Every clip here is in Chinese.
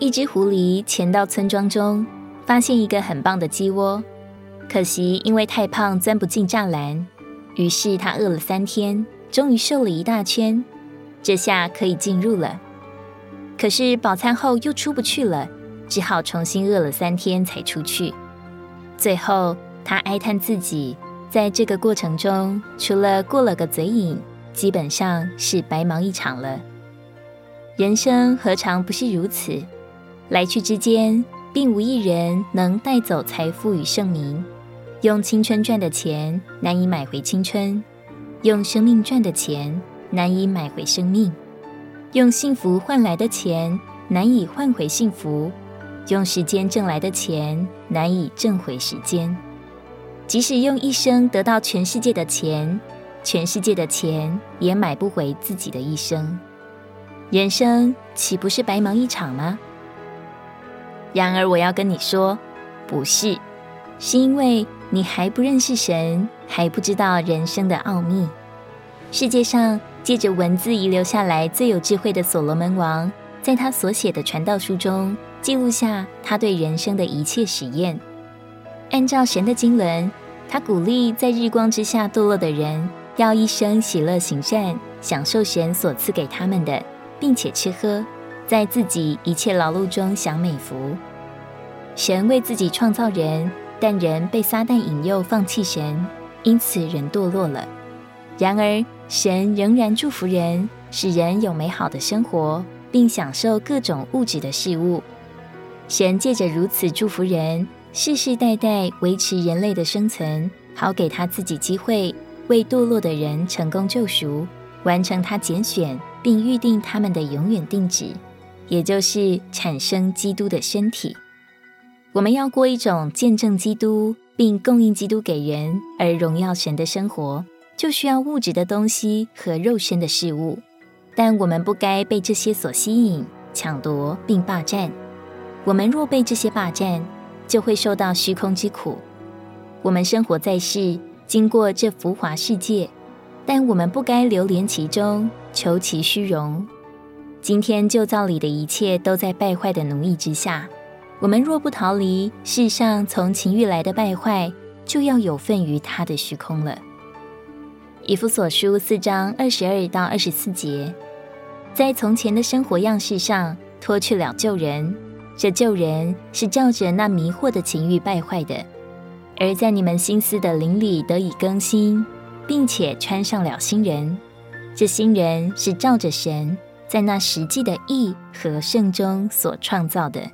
一只狐狸潜到村庄中，发现一个很棒的鸡窝，可惜因为太胖钻不进栅栏，于是它饿了3天，终于瘦了一大圈，这下可以进入了。可是饱餐后又出不去了，只好重新饿了3天才出去。最后他哀叹自己在这个过程中，除了过了个嘴瘾，基本上是白忙一场了。人生何尝不是如此？来去之间，并无一人能带走财富与盛名。用青春赚的钱难以买回青春，用生命赚的钱难以买回生命，用幸福换来的钱难以换回幸福，用时间挣来的钱难以挣回时间。即使用一生得到全世界的钱，全世界的钱也买不回自己的一生。人生岂不是白忙一场吗？然而我要跟你说，不是，是因为你还不认识神，还不知道人生的奥秘。世界上借着文字遗留下来最有智慧的所罗门王，在他所写的传道书中，记录下他对人生的一切实验。按照神的经纶，他鼓励在日光之下堕落的人，要一生喜乐行善，享受神所赐给他们的，并且吃喝，在自己一切劳碌中享美福。神为自己创造人，但人被撒旦引诱放弃神，因此人堕落了。然而神仍然祝福人，使人有美好的生活，并享受各种物质的事物。神借着如此祝福人，世世代代维持人类的生存，好给他自己机会，为堕落的人成功救赎，完成他拣选并预定他们的永远定旨，也就是产生基督的身体。我们要过一种见证基督并供应基督给人而荣耀神的生活，就需要物质的东西和肉身的事物，但我们不该被这些所吸引、抢夺并霸占。我们若被这些霸占，就会受到虚空之苦。我们生活在世，经过这浮华世界，但我们不该流连其中，求其虚荣。今天旧造里的一切都在败坏的奴役之下，我们若不逃离世上从情欲来的败坏，就要有份于他的虚空了。以弗所书4章22到24节，在从前的生活样式上脱去了旧人，这旧人是照着那迷惑的情欲败坏的，而在你们心思的灵里得以更新，并且穿上了新人。这新人是照着神在那实际的义和圣中所创造的。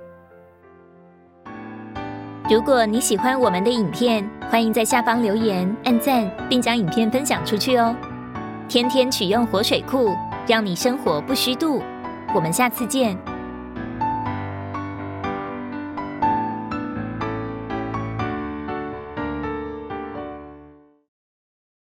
如果你喜欢我们的影片，欢迎在下方留言、按赞，并将影片分享出去哦。天天取用活水库，让你生活不虚度。我们下次见。